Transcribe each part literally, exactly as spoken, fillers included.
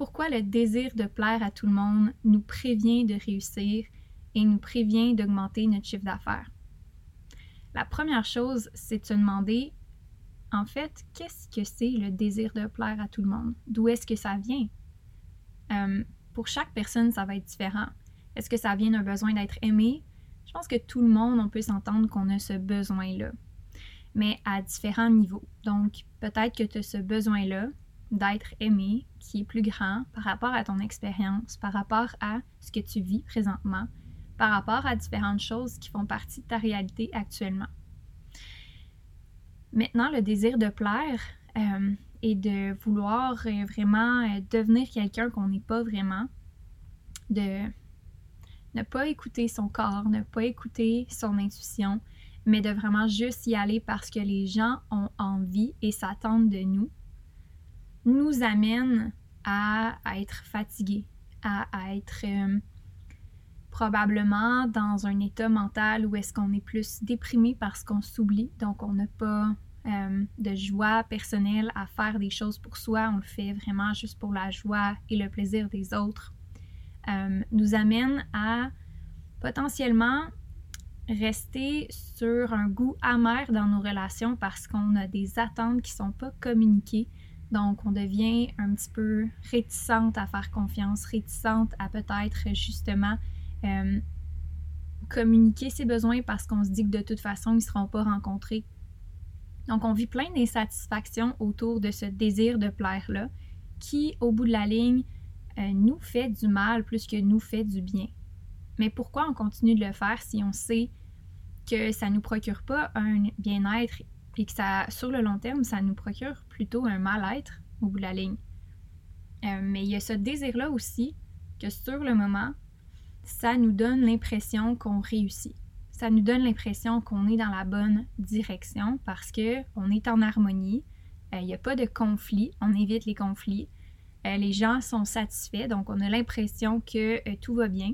pourquoi le désir de plaire à tout le monde nous prévient de réussir et nous prévient d'augmenter notre chiffre d'affaires. La première chose, c'est de se demander, en fait, qu'est-ce que c'est le désir de plaire à tout le monde? D'où est-ce que ça vient? Euh, pour chaque personne, ça va être différent. Est-ce que ça vient d'un besoin d'être aimé? Je pense que tout le monde, on peut s'entendre qu'on a ce besoin-là, mais à différents niveaux. Donc, peut-être que tu as ce besoin-là d'être aimé qui est plus grand par rapport à ton expérience, par rapport à ce que tu vis présentement, par rapport à différentes choses qui font partie de ta réalité actuellement. Maintenant, le désir de plaire euh, et de vouloir euh, vraiment euh, devenir quelqu'un qu'on n'est pas vraiment, de ne pas écouter son corps, ne pas écouter son intuition, mais de vraiment juste y aller parce que les gens ont envie et s'attendent de nous, nous amène à, à être fatigués, à, à être euh, probablement dans un état mental où est-ce qu'on est plus déprimé parce qu'on s'oublie, donc on n'a pas euh, de joie personnelle à faire des choses pour soi, on le fait vraiment juste pour la joie et le plaisir des autres, euh, nous amène à potentiellement rester sur un goût amer dans nos relations parce qu'on a des attentes qui ne sont pas communiquées. Donc, on devient un petit peu réticente à faire confiance, réticente à peut-être justement euh, communiquer ses besoins parce qu'on se dit que de toute façon, ils ne seront pas rencontrés. Donc, on vit plein d'insatisfactions autour de ce désir de plaire-là qui, au bout de la ligne, euh, nous fait du mal plus que nous fait du bien. Mais pourquoi on continue de le faire si on sait que ça ne nous procure pas un bien-être et que ça, sur le long terme, ça nous procure plutôt un mal-être au bout de la ligne? Euh, mais il y a ce désir-là aussi que sur le moment, ça nous donne l'impression qu'on réussit. Ça nous donne l'impression qu'on est dans la bonne direction parce qu'on est en harmonie, il euh, n'y a pas de conflit, on évite les conflits, euh, les gens sont satisfaits, donc on a l'impression que euh, tout va bien.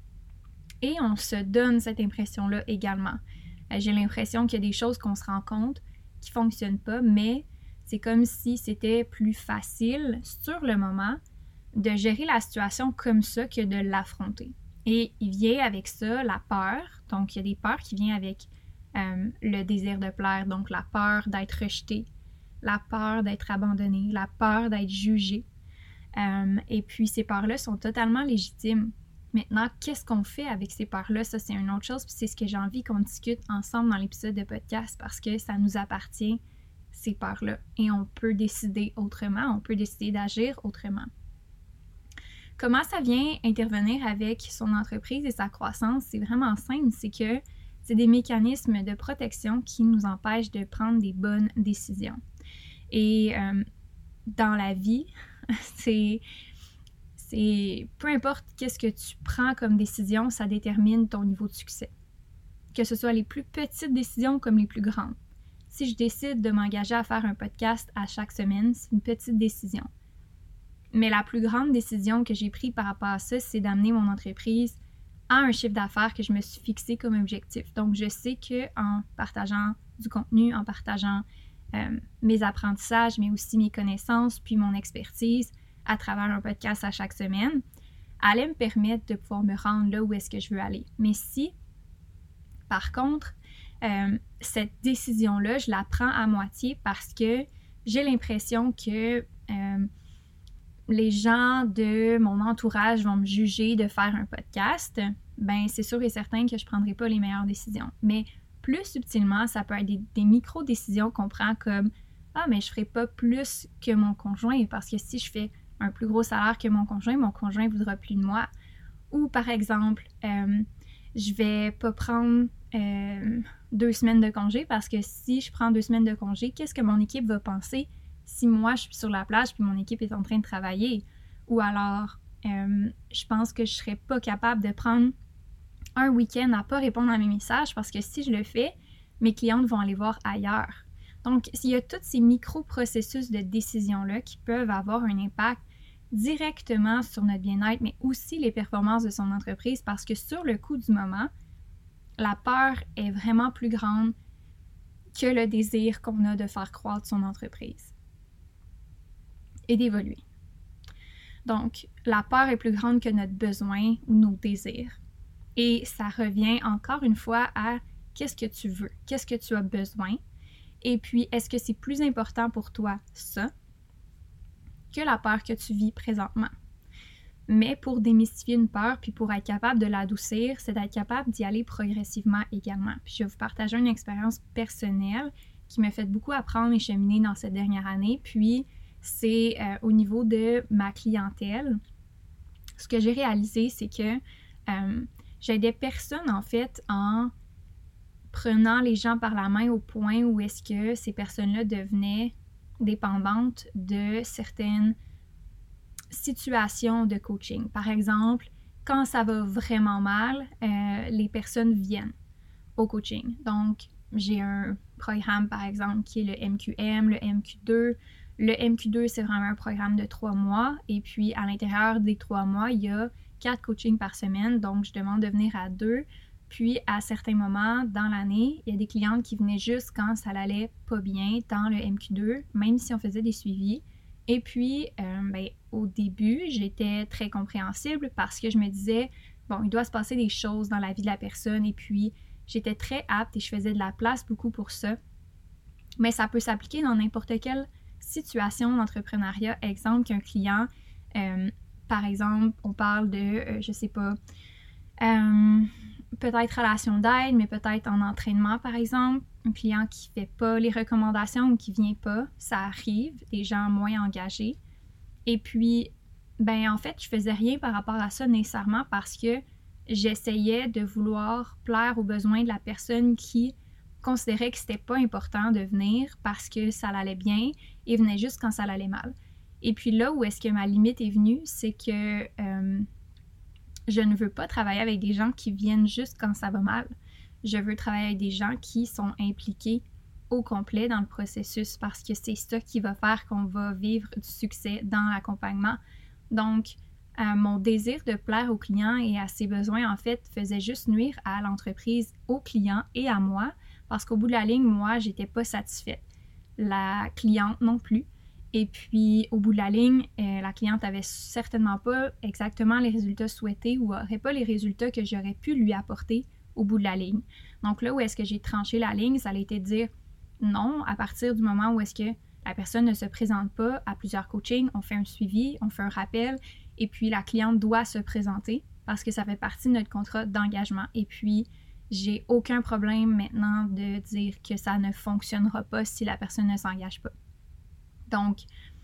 Et on se donne cette impression-là également. Euh, j'ai l'impression qu'il y a des choses qu'on se rend compte qui ne fonctionnent pas, mais c'est comme si c'était plus facile, sur le moment, de gérer la situation comme ça que de l'affronter. Et il vient avec ça la peur. Donc, il y a des peurs qui viennent avec euh, le désir de plaire. Donc, la peur d'être rejeté, la peur d'être abandonné, la peur d'être jugé. Euh, et puis, ces peurs-là sont totalement légitimes. Maintenant, qu'est-ce qu'on fait avec ces peurs-là? Ça, c'est une autre chose, puis c'est ce que j'ai envie qu'on discute ensemble dans l'épisode de podcast parce que ça nous appartient, ces peurs-là. Et on peut décider autrement, on peut décider d'agir autrement. Comment ça vient intervenir avec son entreprise et sa croissance? C'est vraiment simple, c'est que c'est des mécanismes de protection qui nous empêchent de prendre des bonnes décisions. Et euh, dans la vie, c'est... Et peu importe qu'est-ce que tu prends comme décision, ça détermine ton niveau de succès. Que ce soit les plus petites décisions comme les plus grandes. Si je décide de m'engager à faire un podcast à chaque semaine, c'est une petite décision. Mais la plus grande décision que j'ai prise par rapport à ça, c'est d'amener mon entreprise à un chiffre d'affaires que je me suis fixé comme objectif. Donc, je sais qu'en partageant du contenu, en partageant euh, mes apprentissages, mais aussi mes connaissances, puis mon expertise, à travers un podcast à chaque semaine, allait me permettre de pouvoir me rendre là où est-ce que je veux aller. Mais si, par contre, euh, cette décision-là, je la prends à moitié parce que j'ai l'impression que euh, les gens de mon entourage vont me juger de faire un podcast, ben c'est sûr et certain que je ne prendrai pas les meilleures décisions. Mais plus subtilement, ça peut être des, des micro-décisions qu'on prend comme « Ah, mais je ne ferai pas plus que mon conjoint parce que si je fais un plus gros salaire que mon conjoint, mon conjoint ne voudra plus de moi. » Ou par exemple, euh, je vais pas prendre euh, deux semaines de congé parce que si je prends deux semaines de congé, qu'est-ce que mon équipe va penser si moi je suis sur la plage puis mon équipe est en train de travailler? Ou alors, euh, je pense que je serais pas capable de prendre un week-end à pas répondre à mes messages parce que si je le fais, mes clientes vont aller voir ailleurs. Donc, il y a tous ces micro-processus de décision-là qui peuvent avoir un impact directement sur notre bien-être, mais aussi les performances de son entreprise parce que sur le coup du moment, la peur est vraiment plus grande que le désir qu'on a de faire croître son entreprise et d'évoluer. Donc, la peur est plus grande que notre besoin ou nos désirs. Et ça revient encore une fois à qu'est-ce que tu veux, qu'est-ce que tu as besoin. Et puis, est-ce que c'est plus important pour toi ça que la peur que tu vis présentement? Mais pour démystifier une peur, puis pour être capable de l'adoucir, c'est d'être capable d'y aller progressivement également. Puis je vais vous partager une expérience personnelle qui m'a fait beaucoup apprendre et cheminer dans cette dernière année. Puis c'est euh, au niveau de ma clientèle. Ce que j'ai réalisé, c'est que euh, j'aidais personne en fait en prenant les gens par la main au point où est-ce que ces personnes-là devenaient dépendantes de certaines situations de coaching. Par exemple, quand ça va vraiment mal, euh, les personnes viennent au coaching. Donc, j'ai un programme, par exemple, qui est le M Q M, le M Q deux. Le M Q deux, c'est vraiment un programme de trois mois. Et puis, à l'intérieur des trois mois, il y a quatre coachings par semaine. Donc, je demande de venir à deux. Puis, à certains moments dans l'année, il y a des clientes qui venaient juste quand ça allait pas bien dans le M Q deux, même si on faisait des suivis. Et puis, euh, ben, au début, j'étais très compréhensible parce que je me disais, bon, il doit se passer des choses dans la vie de la personne. Et puis, j'étais très apte et je faisais de la place beaucoup pour ça. Mais ça peut s'appliquer dans n'importe quelle situation d'entrepreneuriat. Exemple, qu'un client, euh, par exemple, on parle de, euh, je sais pas, euh, peut-être relation d'aide, mais peut-être en entraînement, par exemple. Un client qui ne fait pas les recommandations ou qui ne vient pas, ça arrive, des gens moins engagés. Et puis, ben en fait, je faisais rien par rapport à ça nécessairement parce que j'essayais de vouloir plaire aux besoins de la personne qui considérait que c'était pas important de venir parce que ça allait bien et venait juste quand ça allait mal. Et puis là où est-ce que ma limite est venue, c'est que euh, je ne veux pas travailler avec des gens qui viennent juste quand ça va mal. Je veux travailler avec des gens qui sont impliqués au complet dans le processus parce que c'est ça qui va faire qu'on va vivre du succès dans l'accompagnement. Donc, euh, mon désir de plaire aux clients et à ses besoins, en fait, faisait juste nuire à l'entreprise, aux clients et à moi parce qu'au bout de la ligne, moi, j'étais pas satisfaite. La cliente non plus. Et puis, au bout de la ligne, euh, la cliente avait certainement pas exactement les résultats souhaités ou n'aurait pas les résultats que j'aurais pu lui apporter au bout de la ligne. Donc là où est-ce que j'ai tranché la ligne, ça a été de dire non, à partir du moment où est-ce que la personne ne se présente pas à plusieurs coachings, on fait un suivi, on fait un rappel, et puis la cliente doit se présenter parce que ça fait partie de notre contrat d'engagement. Et puis, j'ai aucun problème maintenant de dire que ça ne fonctionnera pas si la personne ne s'engage pas. Donc,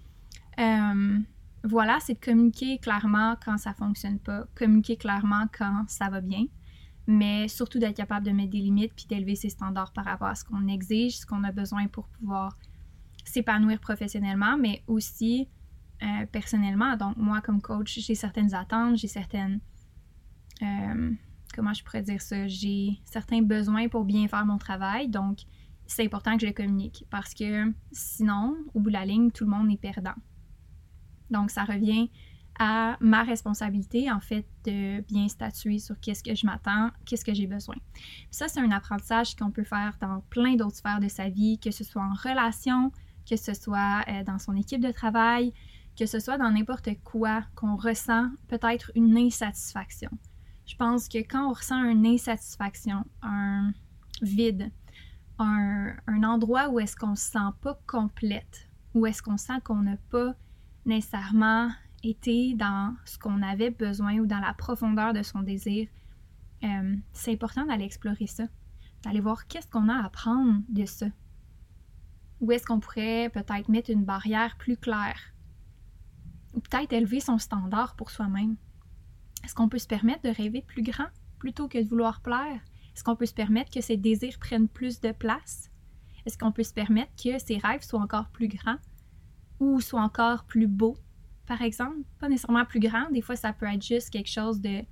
euh, voilà, c'est de communiquer clairement quand ça ne fonctionne pas, communiquer clairement quand ça va bien, mais surtout d'être capable de mettre des limites puis d'élever ses standards par rapport à ce qu'on exige, ce qu'on a besoin pour pouvoir s'épanouir professionnellement, mais aussi euh, personnellement. Donc, moi, comme coach, j'ai certaines attentes, j'ai certaines... Euh, comment je pourrais dire ça? J'ai certains besoins pour bien faire mon travail, donc c'est important que je le communique parce que sinon, au bout de la ligne, tout le monde est perdant. Donc, ça revient à ma responsabilité, en fait, de bien statuer sur qu'est-ce que je m'attends, qu'est-ce que j'ai besoin. Puis ça, c'est un apprentissage qu'on peut faire dans plein d'autres sphères de sa vie, que ce soit en relation, que ce soit euh, dans son équipe de travail, que ce soit dans n'importe quoi qu'on ressent peut-être une insatisfaction. Je pense que quand on ressent une insatisfaction, un vide, un, un endroit où est-ce qu'on ne se sent pas complète, où est-ce qu'on sent qu'on n'a pas nécessairement été dans ce qu'on avait besoin ou dans la profondeur de son désir, euh, c'est important d'aller explorer ça, d'aller voir qu'est-ce qu'on a à apprendre de ça. Où est-ce qu'on pourrait peut-être mettre une barrière plus claire ou peut-être élever son standard pour soi-même. Est-ce qu'on peut se permettre de rêver plus grand plutôt que de vouloir plaire? Est-ce qu'on peut se permettre que ses désirs prennent plus de place? Est-ce qu'on peut se permettre que ses rêves soient encore plus grands ou soient encore plus beaux, par exemple? Pas nécessairement plus grands, des fois ça peut être juste quelque chose de,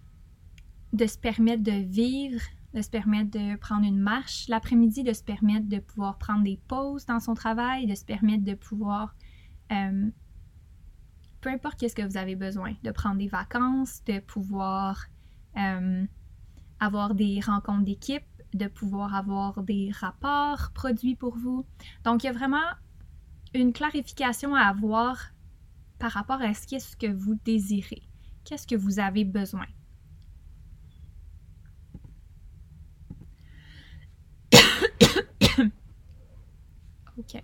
de se permettre de vivre, de se permettre de prendre une marche l'après-midi, de se permettre de pouvoir prendre des pauses dans son travail, de se permettre de pouvoir... Euh, peu importe qu'est-ce que vous avez besoin, de prendre des vacances, de pouvoir euh, avoir des rencontres d'équipe, de pouvoir avoir des rapports produits pour vous. Donc, il y a vraiment une clarification à avoir par rapport à ce qu'est-ce que vous désirez, qu'est-ce que vous avez besoin. OK.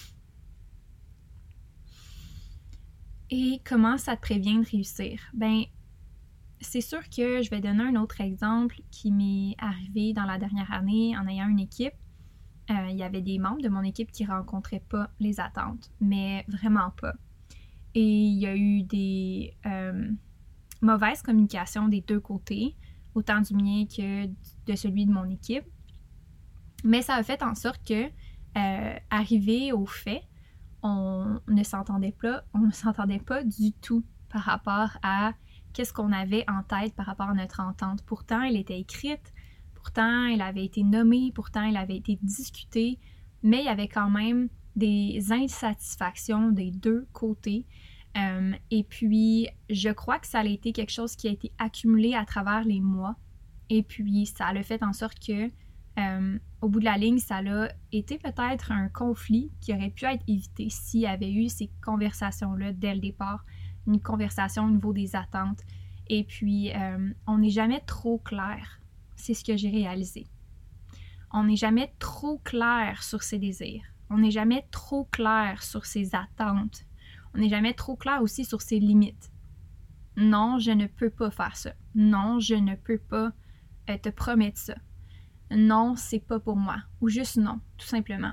Et comment ça te prévient de réussir? Ben, c'est sûr que je vais donner un autre exemple qui m'est arrivé dans la dernière année en ayant une équipe. Euh, il y avait des membres de mon équipe qui ne rencontraient pas les attentes, mais vraiment pas. Et il y a eu des euh, mauvaises communications des deux côtés, autant du mien que de celui de mon équipe. Mais ça a fait en sorte que, euh, arrivé au fait, on ne s'entendait pas, on ne s'entendait pas du tout par rapport à qu'est-ce qu'on avait en tête par rapport à notre entente. Pourtant, elle était écrite, pourtant, elle avait été nommée, pourtant, elle avait été discutée, mais il y avait quand même des insatisfactions des deux côtés. Euh, et puis, je crois que ça a été quelque chose qui a été accumulé à travers les mois. Et puis, ça a fait en sorte que, euh, au bout de la ligne, ça a été peut-être un conflit qui aurait pu être évité s'il y avait eu ces conversations-là dès le départ, une conversation au niveau des attentes. Et puis, euh, on n'est jamais trop clair. C'est ce que j'ai réalisé. On n'est jamais trop clair sur ses désirs. On n'est jamais trop clair sur ses attentes. On n'est jamais trop clair aussi sur ses limites. Non, je ne peux pas faire ça. Non, je ne peux pas euh, te promettre ça. Non, c'est pas pour moi. Ou juste non, tout simplement.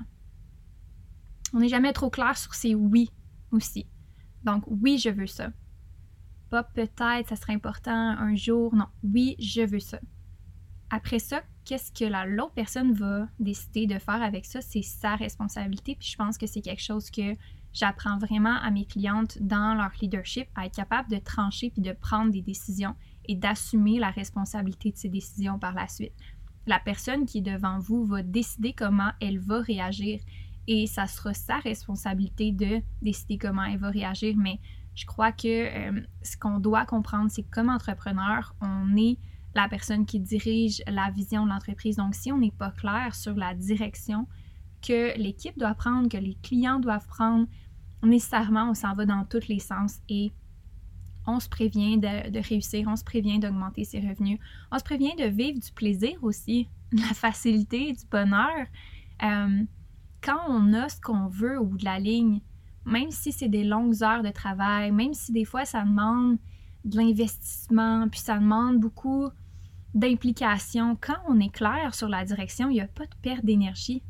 On n'est jamais trop clair sur ses oui aussi. Donc, oui, je veux ça. Pas peut-être, ça serait important un jour. Non, oui, je veux ça. Après ça, qu'est-ce que la, l'autre personne va décider de faire avec ça? C'est sa responsabilité. Puis je pense que c'est quelque chose que j'apprends vraiment à mes clientes dans leur leadership, à être capable de trancher puis de prendre des décisions et d'assumer la responsabilité de ces décisions par la suite. La personne qui est devant vous va décider comment elle va réagir et ça sera sa responsabilité de décider comment elle va réagir. Mais je crois que euh, ce qu'on doit comprendre, c'est que comme entrepreneur, on est la personne qui dirige la vision de l'entreprise. Donc, si on n'est pas clair sur la direction que l'équipe doit prendre, que les clients doivent prendre, nécessairement, on s'en va dans tous les sens et on se prévient de, de réussir, on se prévient d'augmenter ses revenus, on se prévient de vivre du plaisir aussi, de la facilité, du bonheur. Euh, quand on a ce qu'on veut au bout de la ligne, même si c'est des longues heures de travail, même si des fois ça demande de l'investissement, puis ça demande beaucoup d'implication, quand on est clair sur la direction, il n'y a pas de perte d'énergie.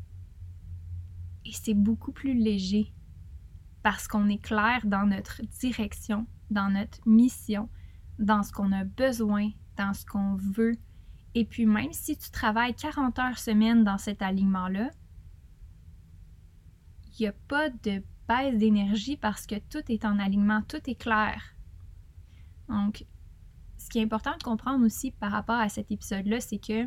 Et c'est beaucoup plus léger parce qu'on est clair dans notre direction, dans notre mission, dans ce qu'on a besoin, dans ce qu'on veut. Et puis même si tu travailles quarante heures semaine dans cet alignement-là, il n'y a pas de baisse d'énergie parce que tout est en alignement, tout est clair. Donc, ce qui est important de comprendre aussi par rapport à cet épisode-là, c'est que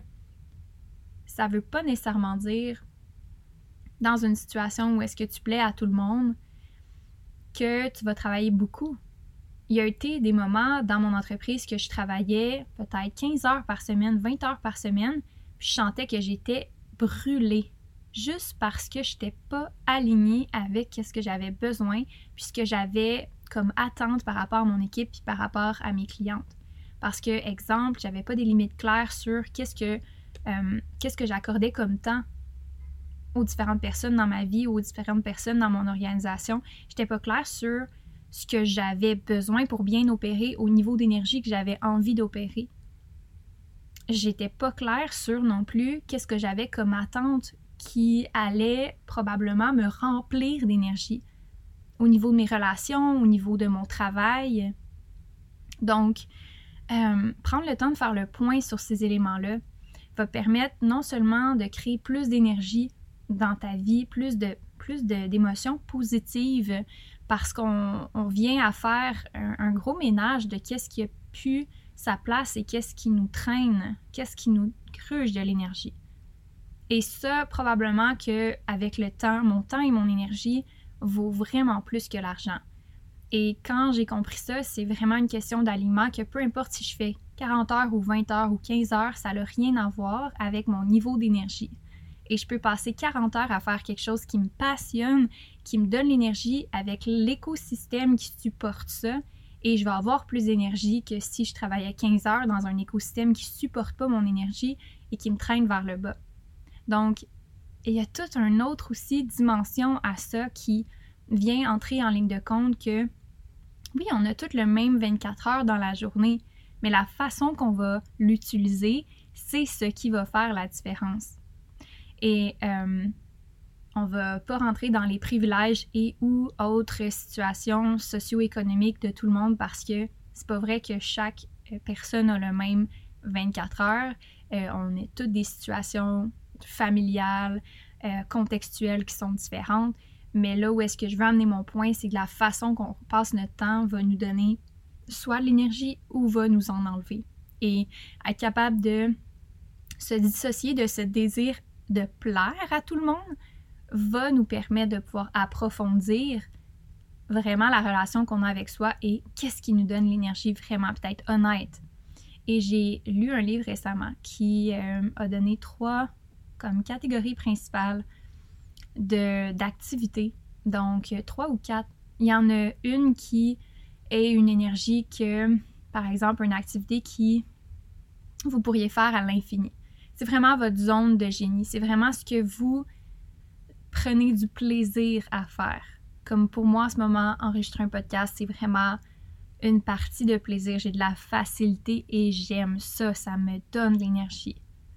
ça ne veut pas nécessairement dire, dans une situation où est-ce que tu plais à tout le monde, que tu vas travailler beaucoup. Il y a été des moments dans mon entreprise que je travaillais peut-être quinze heures par semaine, vingt heures par semaine, puis je sentais que j'étais brûlée, juste parce que je n'étais pas alignée avec ce que j'avais besoin, puis ce que j'avais comme attente par rapport à mon équipe puis par rapport à mes clientes. Parce que, exemple, j'avais pas des limites claires sur qu'est-ce que, euh, qu'est-ce que j'accordais comme temps aux différentes personnes dans ma vie ou aux différentes personnes dans mon organisation. J'étais pas claire sur ce que j'avais besoin pour bien opérer au niveau d'énergie que j'avais envie d'opérer. J'étais pas claire sur non plus qu'est-ce que j'avais comme attente qui allait probablement me remplir d'énergie au niveau de mes relations, au niveau de mon travail. Donc, euh, prendre le temps de faire le point sur ces éléments-là va permettre non seulement de créer plus d'énergie dans ta vie, plus de plus de, d'émotions positives parce qu'on on vient à faire un, un gros ménage de qu'est-ce qui a pu sa place et qu'est-ce qui nous traîne, qu'est-ce qui nous gruge de l'énergie. Et ça, probablement qu'avec le temps, mon temps et mon énergie vaut vraiment plus que l'argent. Et quand j'ai compris ça, c'est vraiment une question d'alignement que peu importe si je fais quarante heures ou vingt heures ou quinze heures, ça n'a rien à voir avec mon niveau d'énergie. Et je peux passer quarante heures à faire quelque chose qui me passionne, qui me donne l'énergie avec l'écosystème qui supporte ça. Et je vais avoir plus d'énergie que si je travaillais quinze heures dans un écosystème qui ne supporte pas mon énergie et qui me traîne vers le bas. Donc, il y a toute une autre aussi dimension à ça qui vient entrer en ligne de compte que, oui, on a tout le même vingt-quatre heures dans la journée, mais la façon qu'on va l'utiliser, c'est ce qui va faire la différence. Et euh, on ne va pas rentrer dans les privilèges et ou autres situations socio-économiques de tout le monde parce que c'est pas vrai que chaque personne a le même vingt-quatre heures. Euh, on a toutes des situations familiales, euh, contextuelles qui sont différentes. Mais là où est-ce que je veux amener mon point, c'est que la façon qu'on passe notre temps va nous donner soit l'énergie ou va nous en enlever. Et être capable de se dissocier de ce désir de plaire à tout le monde va nous permettre de pouvoir approfondir vraiment la relation qu'on a avec soi et qu'est-ce qui nous donne l'énergie vraiment peut-être honnête. Et j'ai lu un livre récemment qui euh, a donné trois comme catégories principales de, d'activités. Donc, trois ou quatre. Il y en a une qui est une énergie que, par exemple, une activité qui vous pourriez faire à l'infini. C'est vraiment votre zone de génie. C'est vraiment ce que vous prenez du plaisir à faire. Comme pour moi, en ce moment, enregistrer un podcast, c'est vraiment une partie de plaisir. J'ai de la facilité et j'aime ça. Ça me donne de l'énergie.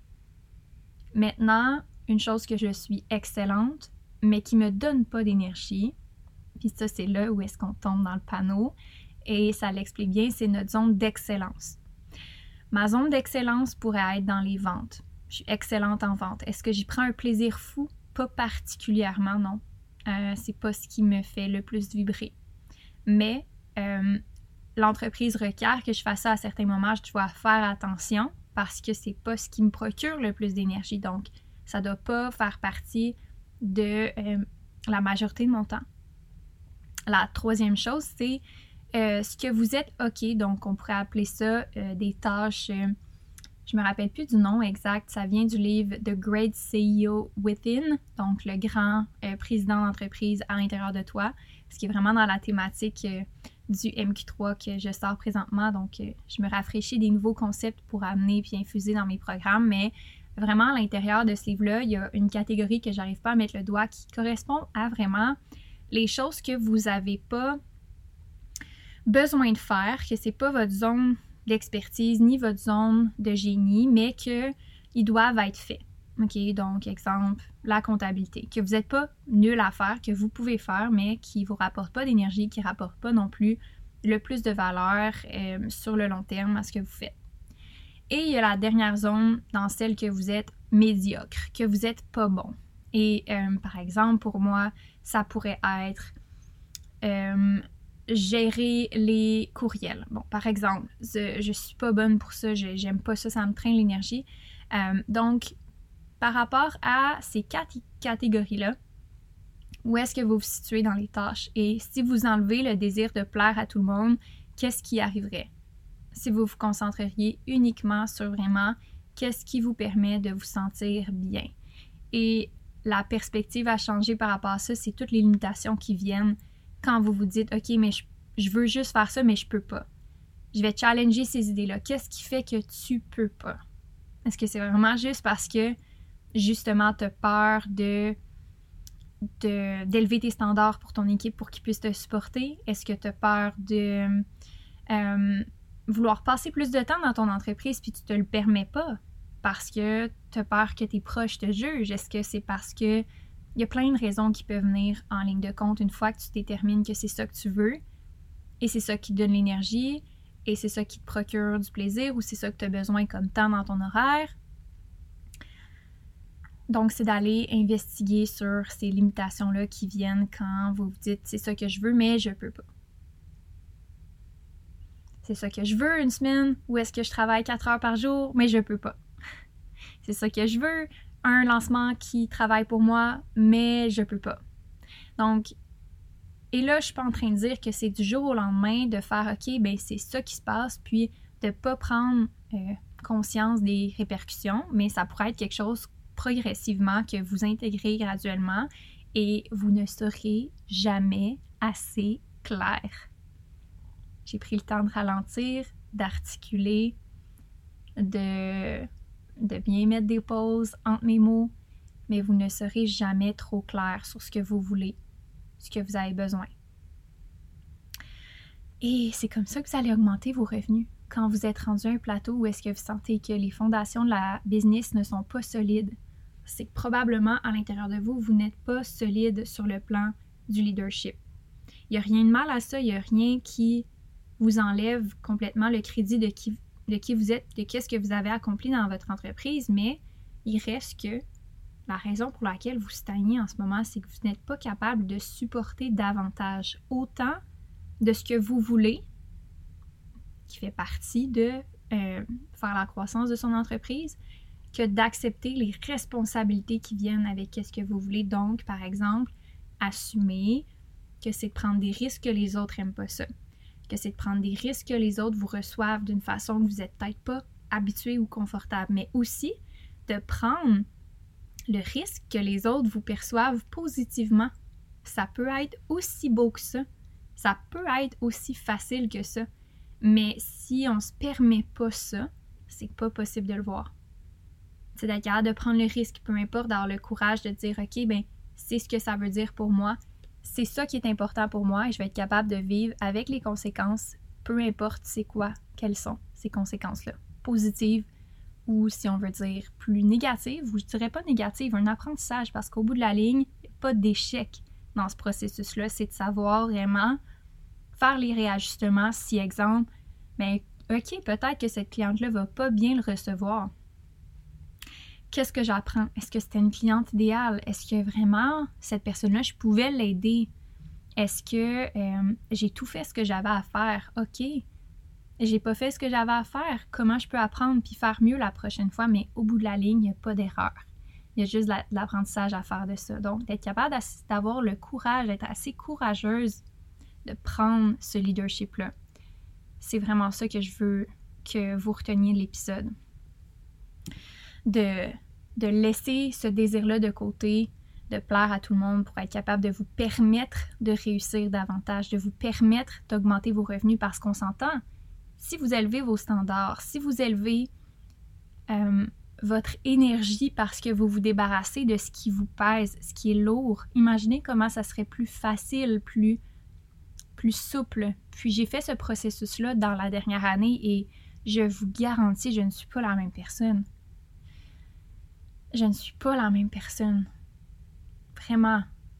Maintenant, une chose que je suis excellente, mais qui me donne pas d'énergie, puis ça, c'est là où est-ce qu'on tombe dans le panneau, et ça l'explique bien, c'est notre zone d'excellence. Ma zone d'excellence pourrait être dans les ventes. Je suis excellente en vente. Est-ce que j'y prends un plaisir fou? Pas particulièrement, non. Euh, c'est pas ce qui me fait le plus vibrer. Mais euh, l'entreprise requiert que je fasse ça à certains moments. Je dois faire attention parce que c'est pas ce qui me procure le plus d'énergie. Donc, ça doit pas faire partie de euh, la majorité de mon temps. La troisième chose, c'est euh, ce que vous êtes OK. Donc, on pourrait appeler ça euh, des tâches... Euh, je me rappelle plus du nom exact. Ça vient du livre The Great C E O Within, donc le grand euh, président d'entreprise à l'intérieur de toi, ce qui est vraiment dans la thématique euh, du M Q trois que je sors présentement. Donc, euh, je me rafraîchis des nouveaux concepts pour amener puis infuser dans mes programmes, mais vraiment, à l'intérieur de ce livre-là, il y a une catégorie que j'arrive pas à mettre le doigt qui correspond à vraiment les choses que vous n'avez pas besoin de faire, que c'est pas votre zone d'expertise ni votre zone de génie, mais qu'ils doivent être faits. OK? Donc, exemple, la comptabilité, que vous n'êtes pas nul à faire, que vous pouvez faire, mais qui ne vous rapporte pas d'énergie, qui ne rapporte pas non plus le plus de valeur euh, sur le long terme à ce que vous faites. Et il y a la dernière zone dans celle que vous êtes médiocre, que vous n'êtes pas bon. Et euh, par exemple, pour moi, ça pourrait être euh, gérer les courriels. Bon, par exemple, je, je suis pas bonne pour ça, je, j'aime pas ça, ça me traîne l'énergie. Euh, donc, par rapport à ces quatre catégories-là, où est-ce que vous vous situez dans les tâches? Et si vous enlevez le désir de plaire à tout le monde, qu'est-ce qui arriverait? Si vous vous concentreriez uniquement sur vraiment qu'est-ce qui vous permet de vous sentir bien. Et la perspective à changer par rapport à ça, c'est toutes les limitations qui viennent quand vous vous dites « OK, mais je, je veux juste faire ça, mais je peux pas. » Je vais challenger ces idées-là. Qu'est-ce qui fait que tu peux pas? Est-ce que c'est vraiment juste parce que, justement, tu as peur de, de, d'élever tes standards pour ton équipe pour qu'ils puissent te supporter? Est-ce que tu as peur de euh, vouloir passer plus de temps dans ton entreprise puis tu te le permets pas parce que tu as peur que tes proches te jugent? Est-ce que c'est parce que il y a plein de raisons qui peuvent venir en ligne de compte une fois que tu détermines que c'est ça que tu veux et c'est ça qui te donne l'énergie et c'est ça qui te procure du plaisir ou c'est ça que tu as besoin comme temps dans ton horaire. Donc, c'est d'aller investiguer sur ces limitations-là qui viennent quand vous vous dites « c'est ça que je veux, mais je peux pas ». C'est ça que je veux une semaine où est-ce que je travaille quatre heures par jour, mais je peux pas. C'est ça que je veux, un lancement qui travaille pour moi, mais je peux pas. Donc, et là, je suis pas en train de dire que c'est du jour au lendemain de faire « OK, ben c'est ça qui se passe », puis de pas prendre euh, conscience des répercussions, mais ça pourrait être quelque chose progressivement, que vous intégrez graduellement et vous ne serez jamais assez clair. J'ai pris le temps de ralentir, d'articuler, de, de bien mettre des pauses entre mes mots, mais vous ne serez jamais trop clair sur ce que vous voulez, ce que vous avez besoin. Et c'est comme ça que vous allez augmenter vos revenus. Quand vous êtes rendu à un plateau où est-ce que vous sentez que les fondations de la business ne sont pas solides, c'est que probablement à l'intérieur de vous, vous n'êtes pas solide sur le plan du leadership. Il n'y a rien de mal à ça, il n'y a rien qui vous enlève complètement le crédit de qui, de qui vous êtes, de qu'est-ce que vous avez accompli dans votre entreprise, mais il reste que la raison pour laquelle vous stagnez en ce moment, c'est que vous n'êtes pas capable de supporter davantage autant de ce que vous voulez, qui fait partie de euh, faire la croissance de son entreprise, que d'accepter les responsabilités qui viennent avec ce que vous voulez. Donc, par exemple, assumer que c'est de prendre des risques que les autres n'aiment pas ça, que c'est de prendre des risques que les autres vous reçoivent d'une façon que vous n'êtes peut-être pas habitué ou confortable, mais aussi de prendre le risque que les autres vous perçoivent positivement. Ça peut être aussi beau que ça, ça peut être aussi facile que ça, mais si on se permet pas ça, c'est pas possible de le voir. C'est d'être capable de prendre le risque, peu importe, d'avoir le courage de dire « Ok, ben c'est ce que ça veut dire pour moi, c'est ça qui est important pour moi et je vais être capable de vivre avec les conséquences, peu importe c'est quoi, quelles sont ces conséquences-là, positives ou si on veut dire plus négatives, ou je dirais pas négatives, un apprentissage parce qu'au bout de la ligne, il n'y a pas d'échec dans ce processus-là, c'est de savoir vraiment faire les réajustements si, exemple, ben ok, peut-être que cette cliente-là va pas bien le recevoir. Qu'est-ce que j'apprends? Est-ce que c'était une cliente idéale? Est-ce que vraiment, cette personne-là, je pouvais l'aider? Est-ce que euh, j'ai tout fait ce que j'avais à faire? OK, j'ai pas fait ce que j'avais à faire. Comment je peux apprendre puis faire mieux la prochaine fois? Mais au bout de la ligne, il n'y a pas d'erreur. Il y a juste de l'apprentissage à faire de ça. Donc, d'être capable d'avoir le courage, d'être assez courageuse de prendre ce leadership-là. C'est vraiment ça que je veux que vous reteniez de l'épisode. De, de laisser ce désir-là de côté, de plaire à tout le monde pour être capable de vous permettre de réussir davantage, de vous permettre d'augmenter vos revenus parce qu'on s'entend, si vous élevez vos standards, si vous élevez euh, votre énergie parce que vous vous débarrassez de ce qui vous pèse, ce qui est lourd, imaginez comment ça serait plus facile, plus, plus souple. Puis j'ai fait ce processus-là dans la dernière année et je vous garantis, je ne suis pas la même personne. Je ne suis pas la même personne. Vraiment.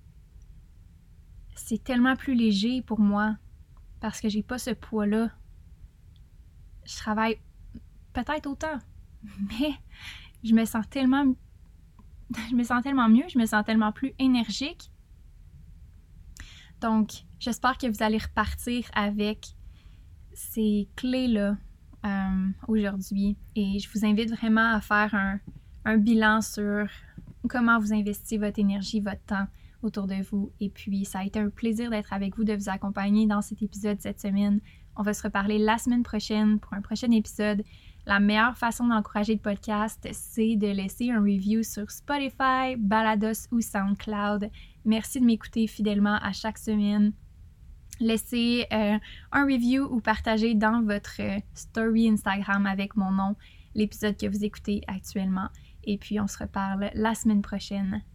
C'est tellement plus léger pour moi parce que j'ai pas ce poids-là. Je travaille peut-être autant, mais je me sens tellement je me sens tellement mieux, je me sens tellement plus énergique. Donc, j'espère que vous allez repartir avec ces clés-là euh, aujourd'hui et je vous invite vraiment à faire un un bilan sur comment vous investissez votre énergie, votre temps autour de vous. Et puis, ça a été un plaisir d'être avec vous, de vous accompagner dans cet épisode cette semaine. On va se reparler la semaine prochaine pour un prochain épisode. La meilleure façon d'encourager le podcast, c'est de laisser un review sur Spotify, Balados ou SoundCloud. Merci de m'écouter fidèlement à chaque semaine. Laissez euh, un review ou partagez dans votre story Instagram avec mon nom l'épisode que vous écoutez actuellement. Et puis, on se reparle la semaine prochaine.